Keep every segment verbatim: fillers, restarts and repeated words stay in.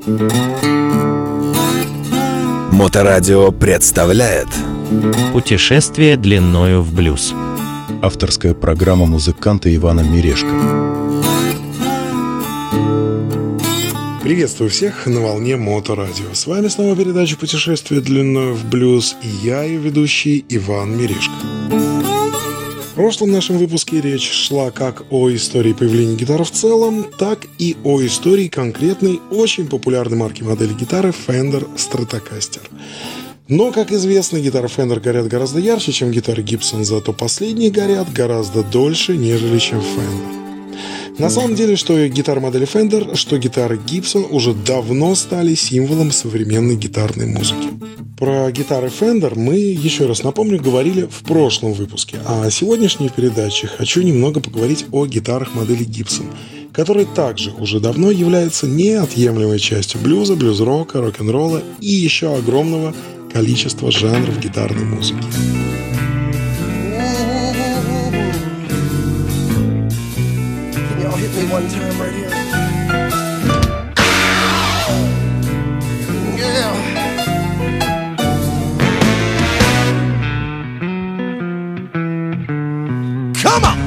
Моторадио представляет «Путешествие длиною в блюз». Авторская программа музыканта Ивана Мирешко. Приветствую всех на волне Моторадио. С вами снова передача «Путешествие длиною в блюз» и я, ее ведущий Иван Мирешко. В прошлом нашем выпуске речь шла как о истории появления гитары в целом, так и о истории конкретной, очень популярной марки модели гитары Fender Stratocaster. Но, как известно, гитары Fender горят гораздо ярче, чем гитары Gibson, зато последние горят гораздо дольше, нежели чем Fender. На самом деле, что гитары модели Fender, что гитары Gibson уже давно стали символом современной гитарной музыки. Про гитары Fender мы, еще раз напомню, говорили в прошлом выпуске, а в сегодняшней передаче хочу немного поговорить о гитарах модели Gibson, которые также уже давно являются неотъемлемой частью блюза, блюз-рока, рок-н-ролла и еще огромного количества жанров гитарной музыки. Come on!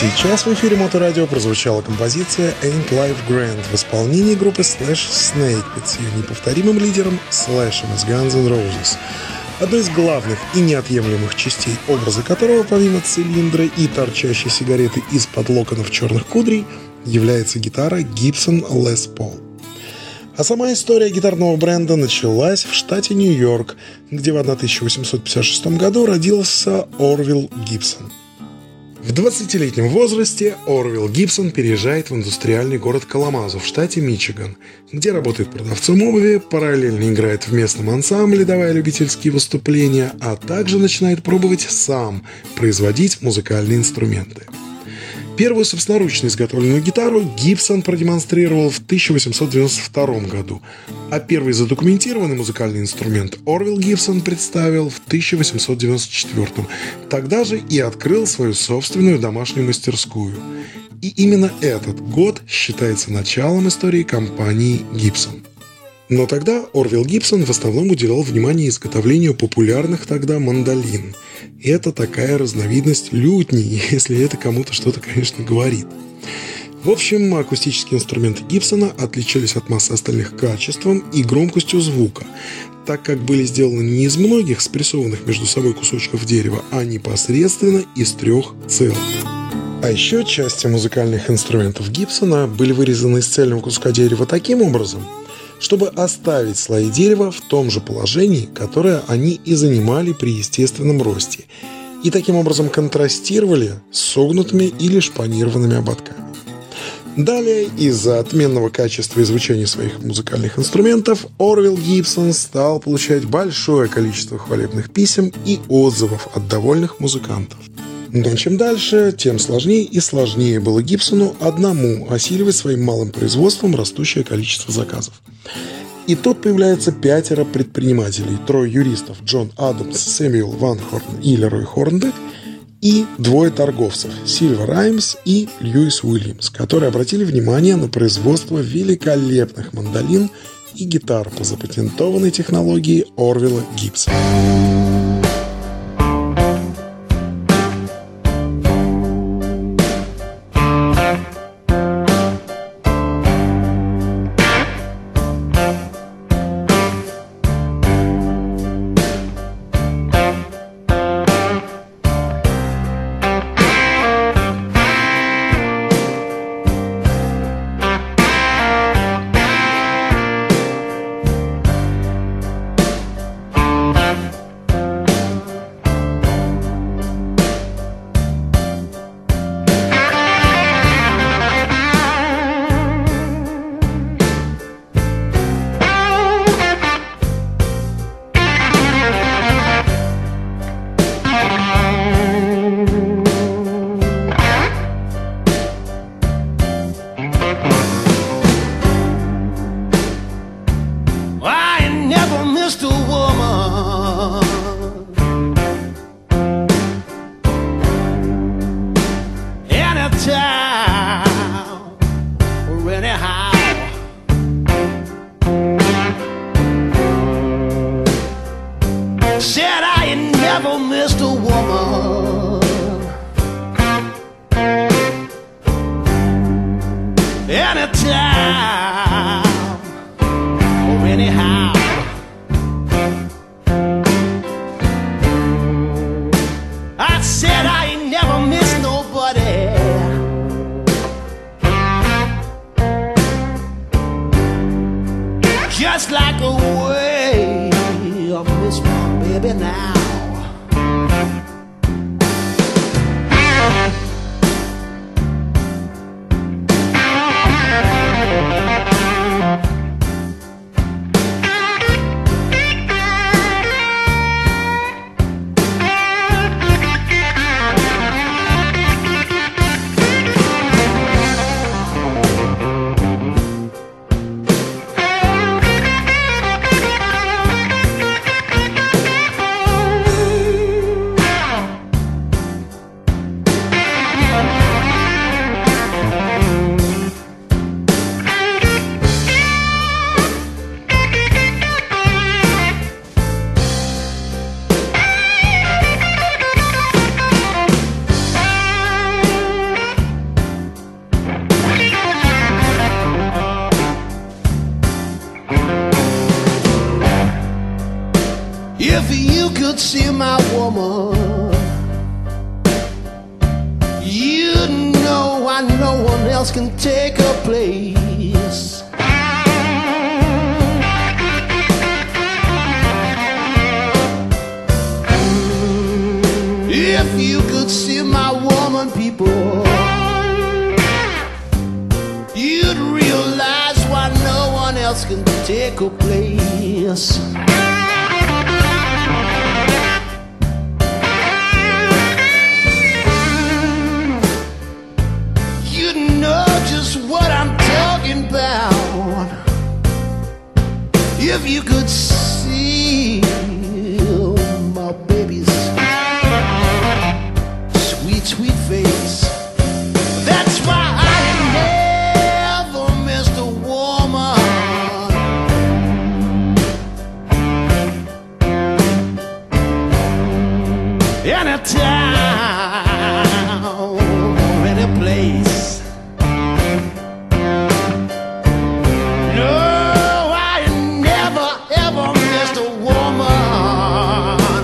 Сейчас в эфире Моторадио прозвучала композиция Ain't Life Grand в исполнении группы Slash Snake с ее неповторимым лидером Слэшем из Guns N' Roses, одной из главных и неотъемлемых частей, образа которого, помимо цилиндра и торчащей сигареты из-под локонов черных кудрей, является гитара Gibson Les Paul. А сама история гитарного бренда началась в штате Нью-Йорк, где в тысяча восемьсот пятьдесят шестом году родился Орвилл Гибсон. В двадцатилетнем возрасте Орвилл Гибсон переезжает в индустриальный город Каламазу в штате Мичиган, где работает продавцом обуви, параллельно играет в местном ансамбле, давая любительские выступления, а также начинает пробовать сам производить музыкальные инструменты. Первую собственноручно изготовленную гитару Гибсон продемонстрировал в тысяча восемьсот девяносто втором году, а первый задокументированный музыкальный инструмент Орвилл Гибсон представил в тысяча восемьсот девяносто четвёртом. Тогда же и открыл свою собственную домашнюю мастерскую. И именно этот год считается началом истории компании Гибсон. Но тогда Орвилл Гибсон в основном уделял внимание изготовлению популярных тогда мандолин. И это такая разновидность лютни, если это кому-то что-то, конечно, говорит. В общем, акустические инструменты Гибсона отличались от массы остальных качеством и громкостью звука, так как были сделаны не из многих спрессованных между собой кусочков дерева, а непосредственно из трех целых. А еще части музыкальных инструментов Гибсона были вырезаны из цельного куска дерева таким образом, чтобы оставить слои дерева в том же положении, которое они и занимали при естественном росте, и таким образом контрастировали с согнутыми или шпанированными ободками. Далее, из-за отменного качества и звучания своих музыкальных инструментов, Орвилл Гибсон стал получать большое количество хвалебных писем и отзывов от довольных музыкантов. Но чем дальше, тем сложнее и сложнее было Гибсону одному осиливать своим малым производством растущее количество заказов. И тут появляется пятеро предпринимателей, трое юристов – Джон Адамс, Сэмюэл Ван Хорн и Лерой Хорнбек, и двое торговцев – Сильвер Раймс и Льюис Уильямс, которые обратили внимание на производство великолепных мандолин и гитар по запатентованной технологии Орвилла Гибсона. Just like a way I miss my baby now. see my woman, you know I no one else can take her place. If you could see my woman, people, you'd realize why no one else can take her place. You know just what I'm talking about. If you could see my baby's sweet, sweet face, that's why I never missed a woman. Anytime, any place. No, I never ever missed a woman.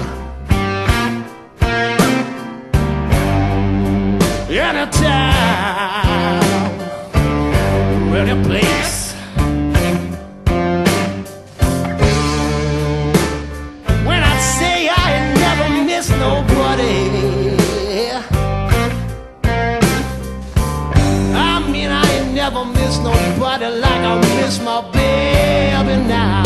Anytime, any place. When I say I ain't never missed nobody, I mean I ain't never missed nobody like I miss my baby now.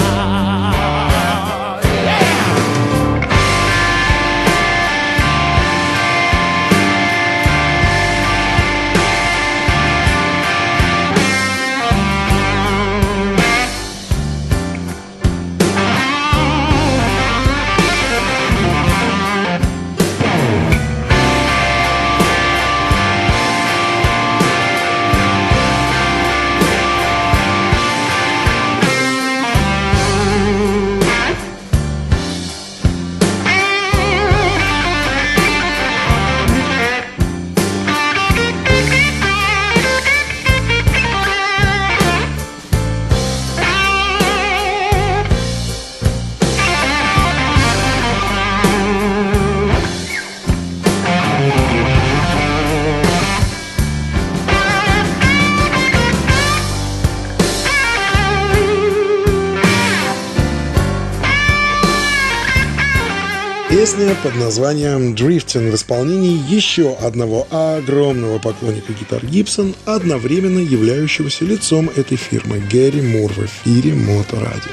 Песня под названием «Drifting» в исполнении еще одного огромного поклонника гитар Gibson, одновременно являющегося лицом этой фирмы, Гэри Мур, в эфире Моторадио.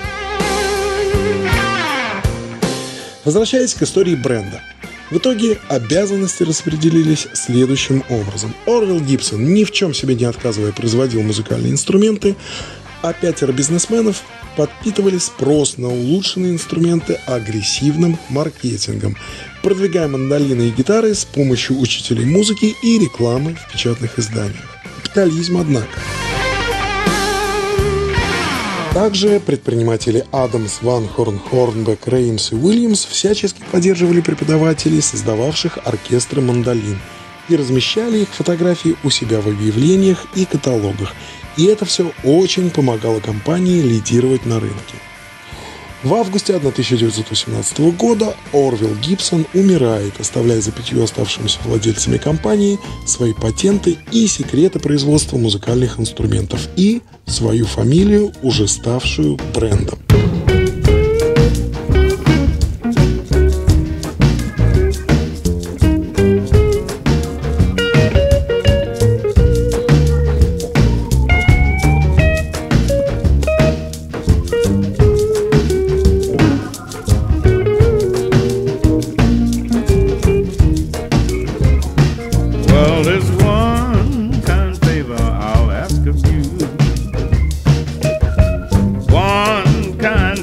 Возвращаясь к истории бренда. В итоге обязанности распределились следующим образом. Орвилл Гибсон, ни в чем себе не отказывая, производил музыкальные инструменты, а пятеро бизнесменов подпитывали спрос на улучшенные инструменты агрессивным маркетингом, продвигая мандолины и гитары с помощью учителей музыки и рекламы в печатных изданиях. Капитализм, однако. Также предприниматели Адамс, Ван Хорн, Хорнбек, Реймс и Уильямс всячески поддерживали преподавателей, создававших оркестры мандолин, и размещали их фотографии у себя в объявлениях и каталогах. И это все очень помогало компании лидировать на рынке. В августе тысяча девятьсот восемнадцатого года Орвилл Гибсон умирает, оставляя за пятью оставшимися владельцами компании свои патенты и секреты производства музыкальных инструментов и свою фамилию, уже ставшую брендом. Kind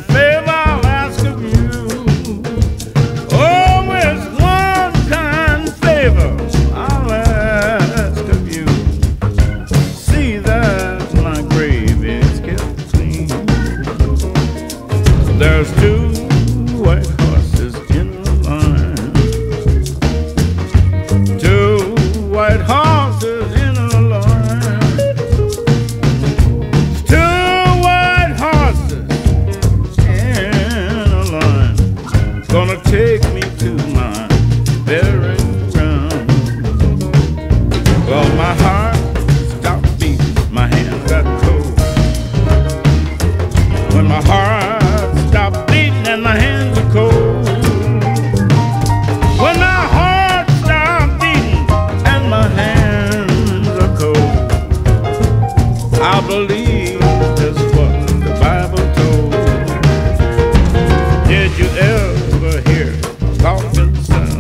I believe that's what the Bible told. Did you ever hear a coughing sound?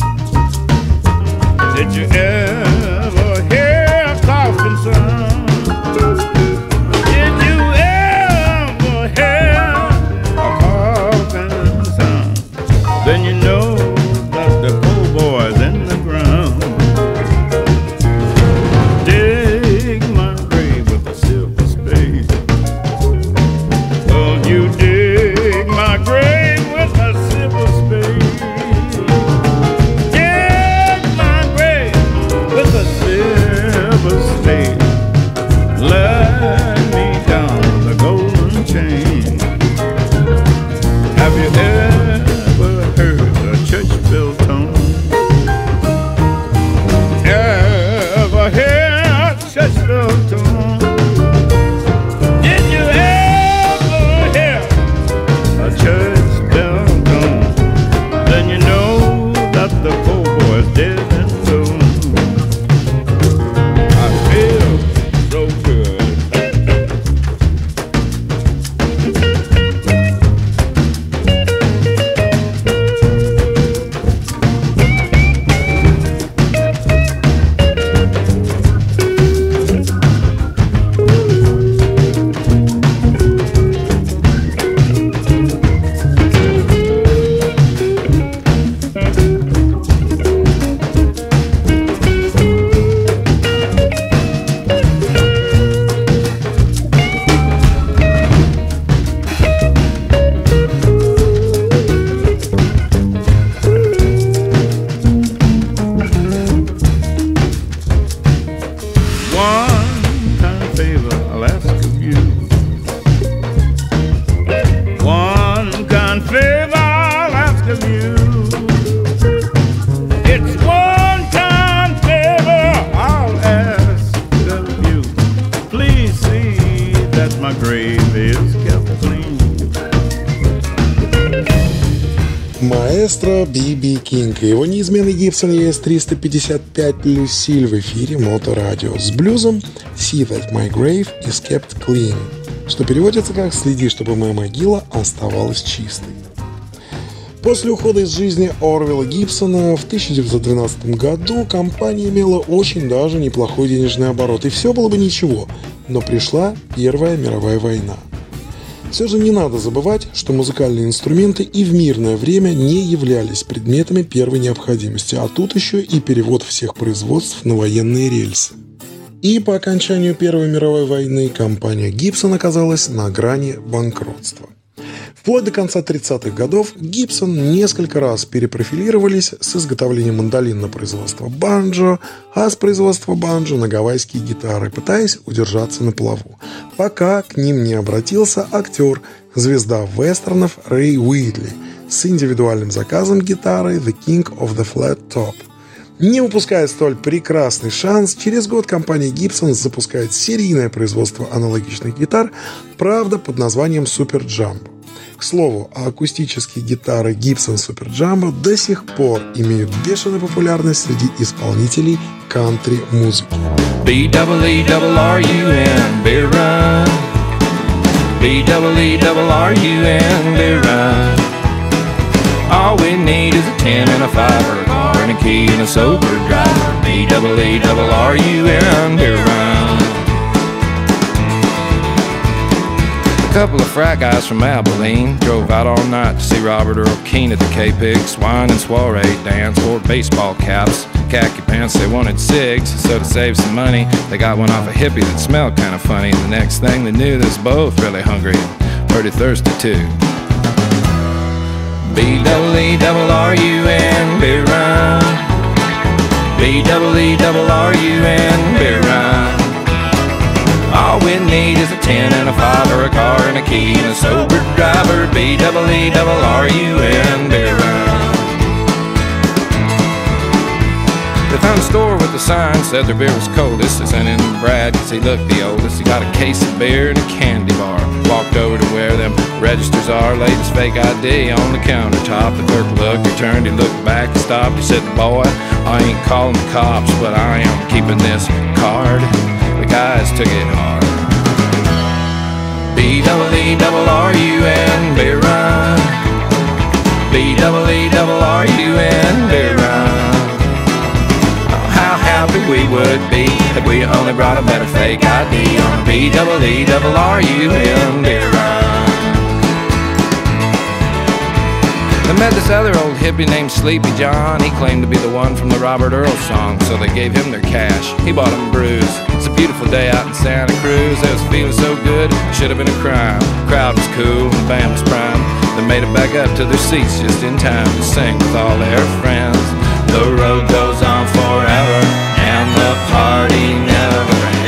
Did you ever hear a coughing sound? Did you ever hear a coughing sound? Then you know that the poor boy's in the ground. Dig my grave with a silver spade. Oh, you dig my grave with a silver spade. Dig my grave with a silver spade. Let me down the golden chain. Have you ever heard a church bell tone? Ever hear a church bell tone? Did you ever hear a church bell tone? Then you know that the poor boy's dead and gone. I feel so good. One kind of favor I'll ask of you. One kind of favor I'll ask of you. It's one kind of favor I'll ask of you. Please see that my grave is kept clean. Маэстро Би Би Кинг и его неизменный Gibson и эс триста пятьдесят пять Lucille в эфире Моторадио с блюзом See That My Grave Is Kept Clean, что переводится как «Следи, чтобы моя могила оставалась чистой». После ухода из жизни Орвилла Гибсона в тысяча девятьсот двенадцатом году компания имела очень даже неплохой денежный оборот, и все было бы ничего, но пришла Первая мировая война. Все же не надо забывать, что музыкальные инструменты и в мирное время не являлись предметами первой необходимости, а тут еще и перевод всех производств на военные рельсы. И по окончанию Первой мировой войны компания Gibson оказалась на грани банкротства. Вплоть до конца тридцатых годов Gibson несколько раз перепрофилировались с изготовления мандолин на производство банджо, а с производства банджо на гавайские гитары, пытаясь удержаться на плаву, пока к ним не обратился актер, звезда вестернов Рэй Уидли с индивидуальным заказом гитары The King of the Flat Top. Не упуская столь прекрасный шанс, через год компания Gibson запускает серийное производство аналогичных гитар, правда под названием Super Jumbo. К слову, а акустические гитары Gibson Super Jumbo до сих пор имеют бешеную популярность среди исполнителей кантри-музыки. B double E double R U N beer run. B double E double R U N beer run. All we need is a ten and a five or a car and a key and a sober driver. B double E double R U N beer run. A couple of frat guys from Abilene drove out all night to see Robert Earl Keen at the K-Pigs. Wine and soiree dance, wore baseball caps, khaki pants. They wanted cigs, so to save some money, they got one off a hippie that smelled kind of funny. And the next thing they knew, they was both really hungry and pretty thirsty too. B double E double R U N beer run. B double E double R U N beer run. All we need is a ten and a five or a car and a key and a sober driver. B double E double R U N beer run. They found a store with a sign said their beer was coldest. They sent in Brad cause he looked the oldest. He got a case of beer and a candy bar. Walked over to where them registers are, laid his fake I D on the countertop. The clerk looked, he turned, he looked back, he stopped. He said, boy, I ain't calling the cops, but I am keeping this card. The guys took it hard. What a better fake I D on a B double E double R U M beer run. They met this other old hippie named Sleepy John. He claimed to be the one from the Robert Earl song, so they gave him their cash. He bought them brews. It's a beautiful day out in Santa Cruz. They was feeling so good, should have been a crime. The crowd was cool, the band was prime. They made it back up to their seats just in time to sing with all their friends. The road goes on forever, and the party never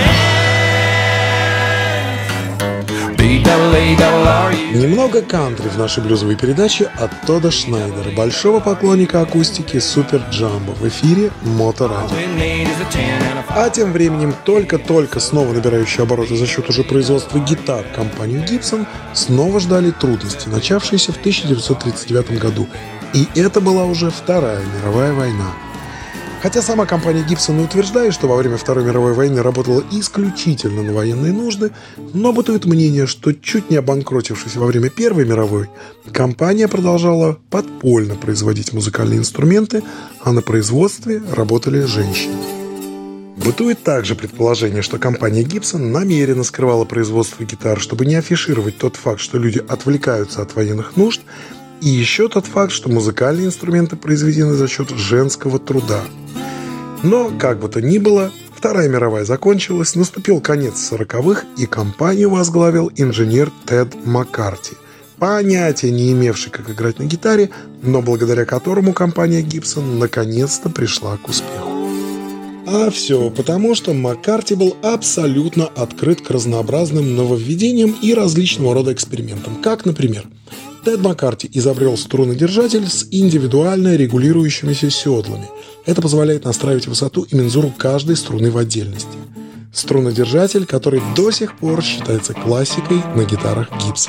ends. Немного кантри в нашей блюзовой передаче от Тодда Шнайдера, большого поклонника акустики Супер Джамбо, в эфире Моторадио. А тем временем только-только снова набирающие обороты за счет уже производства гитар компанию Gibson снова ждали трудности, начавшиеся в тысяча девятьсот тридцать девятом году. И это была уже Вторая мировая война. Хотя сама компания Gibson утверждает, что во время Второй мировой войны работала исключительно на военные нужды, но бытует мнение, что чуть не обанкротившись во время Первой мировой, компания продолжала подпольно производить музыкальные инструменты, а на производстве работали женщины. Бытует также предположение, что компания Gibson намеренно скрывала производство гитар, чтобы не афишировать тот факт, что люди отвлекаются от военных нужд, и еще тот факт, что музыкальные инструменты произведены за счет женского труда. Но, как бы то ни было, Вторая мировая закончилась, наступил конец сороковых, и компанию возглавил инженер Тед Маккарти, понятия не имевший, как играть на гитаре, но благодаря которому компания Gibson наконец-то пришла к успеху. А все потому, что Маккарти был абсолютно открыт к разнообразным нововведениям и различного рода экспериментам, как, например, Тед Маккарти изобрел струнодержатель с индивидуально регулирующимися седлами. Это позволяет настраивать высоту и мензуру каждой струны в отдельности. Струнодержатель, который до сих пор считается классикой на гитарах Gibson.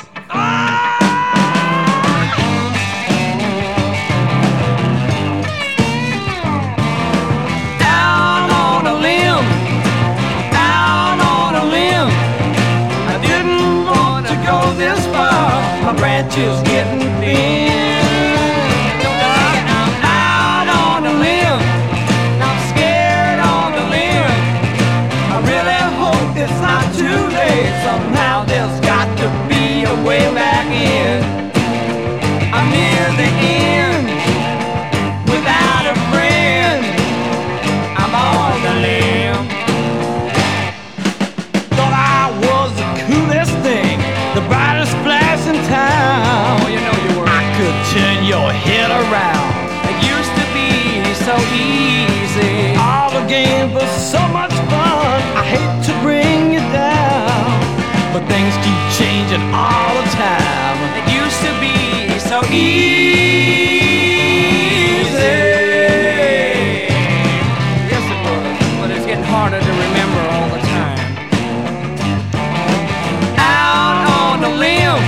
Branches getting thin. I'm out on a limb. I'm scared on the limb. I really hope it's not too late. Somehow there's got to be a way back in. I'm near the end without a friend. I'm on the limb. Thought I was the coolest thing, the brightest flash in town. Oh, you know you were. I could turn your head around. It used to be so easy. All the games were so much fun. I hate to bring you down, but things keep changing all the time. It used to be so easy. Yes, it was, but it's getting harder to remember all the time. Out on a limb.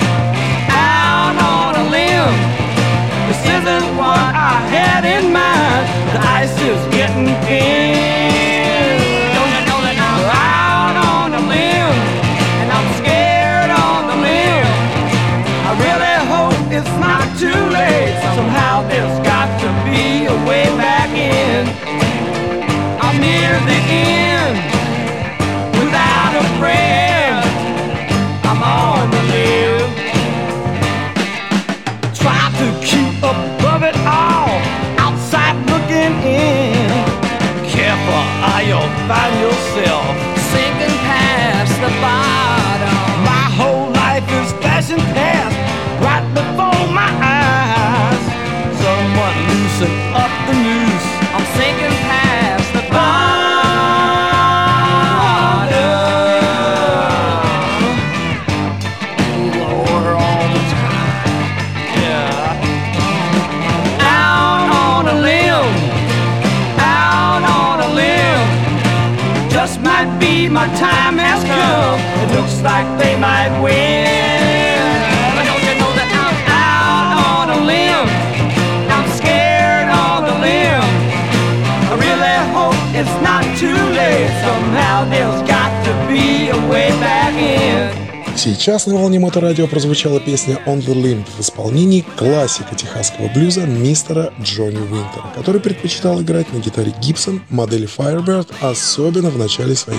This isn't what I had in mind. The ice is getting thin. Don't you know that I'm out on a limb, and I'm scared on the limb. I really hope it's not too late. Somehow there's got to be a way back in. I'm near the end without a friend. I'm on the limb. Try to keep above it all, outside looking in. Careful or you'll find yourself sinking past the bottom. My whole life is flashing past right before my eyes. Someone loosen up the noose. I'm sinking past the bottom. Lower all the time. Yeah. Out on a limb. Out on a limb. Just might be my time has come. It looks like they might win. But don't you know that I'm out on a limb? I'm scared on the limb. I really hope it's not too late. Somehow there's got to be a way back in. Сейчас на волне Моторадио прозвучала песня «On the Limb» в исполнении классика техасского блюза мистера Джонни Уинтера, который предпочитал играть на гитаре Gibson модели Firebird, особенно в начале своей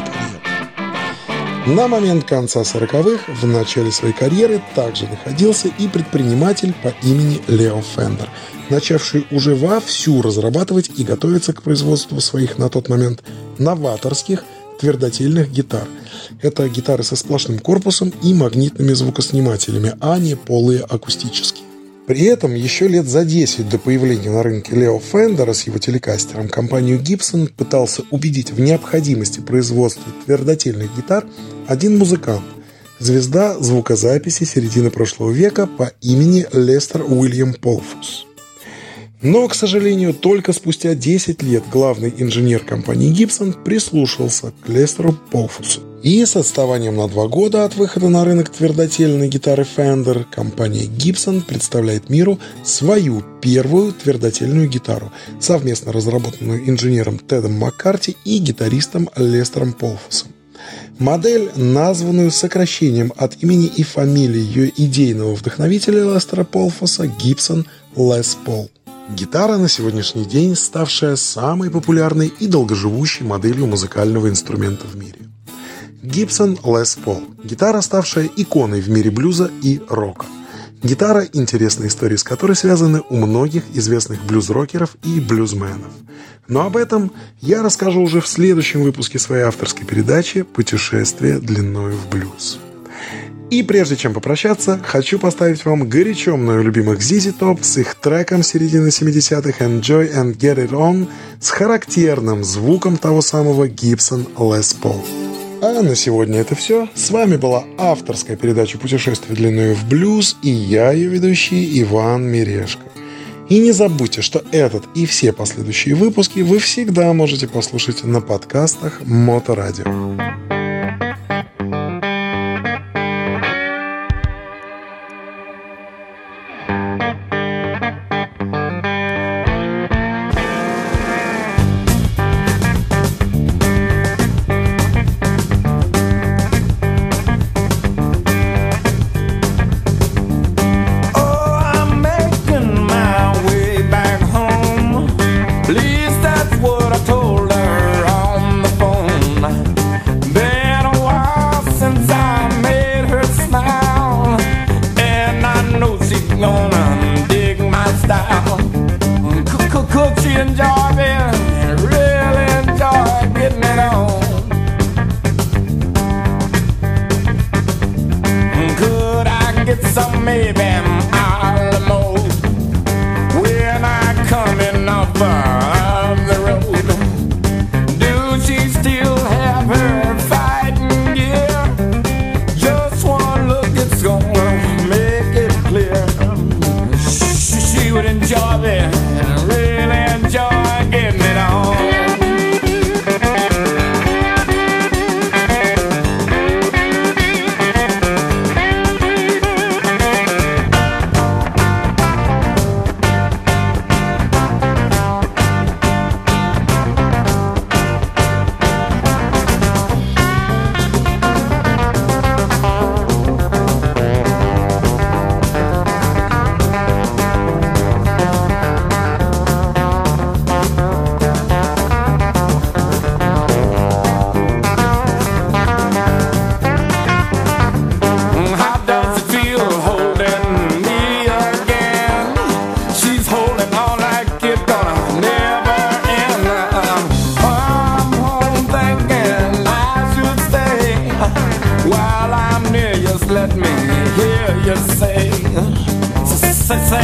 карьеры. На момент конца сороковых в начале своей карьеры также находился и предприниматель по имени Лео Фендер, начавший уже вовсю разрабатывать и готовиться к производству своих на тот момент новаторских твердотельных гитар. Это гитары со сплошным корпусом и магнитными звукоснимателями, а не полые акустические. При этом еще лет за десять до появления на рынке Лео Фендера с его телекастером компанию Gibson пытался убедить в необходимости производства твердотельных гитар один музыкант, звезда звукозаписи середины прошлого века по имени Лестер Уильям Полфус. Но, к сожалению, только спустя десять лет главный инженер компании Gibson прислушался к Лестеру Полфусу. И с отставанием на два года от выхода на рынок твердотельной гитары Fender компания Gibson представляет миру свою первую твердотельную гитару, совместно разработанную инженером Тедом Маккарти и гитаристом Лестером Полфусом. Модель, названную сокращением от имени и фамилии ее идейного вдохновителя Лестера Полфуса, Gibson Les Paul. Гитара на сегодняшний день ставшая самой популярной и долгоживущей моделью музыкального инструмента в мире. Gibson Les Paul – гитара, ставшая иконой в мире блюза и рока. Гитара, интересные истории с которой связаны у многих известных блюз-рокеров и блюзменов. Но об этом я расскажу уже в следующем выпуске своей авторской передачи «Путешествие длиною в блюз». И прежде чем попрощаться, хочу поставить вам горячо мною любимых зет зет Top с их треком середины семидесятых «Enjoy and Get It On» с характерным звуком того самого Gibson Les Paul. А на сегодня это все. С вами была авторская передача «Путешествие длиною в блюз» и я, ее ведущий, Иван Мирешко. И не забудьте, что этот и все последующие выпуски вы всегда можете послушать на подкастах Моторадио. Let me hear you say, say, say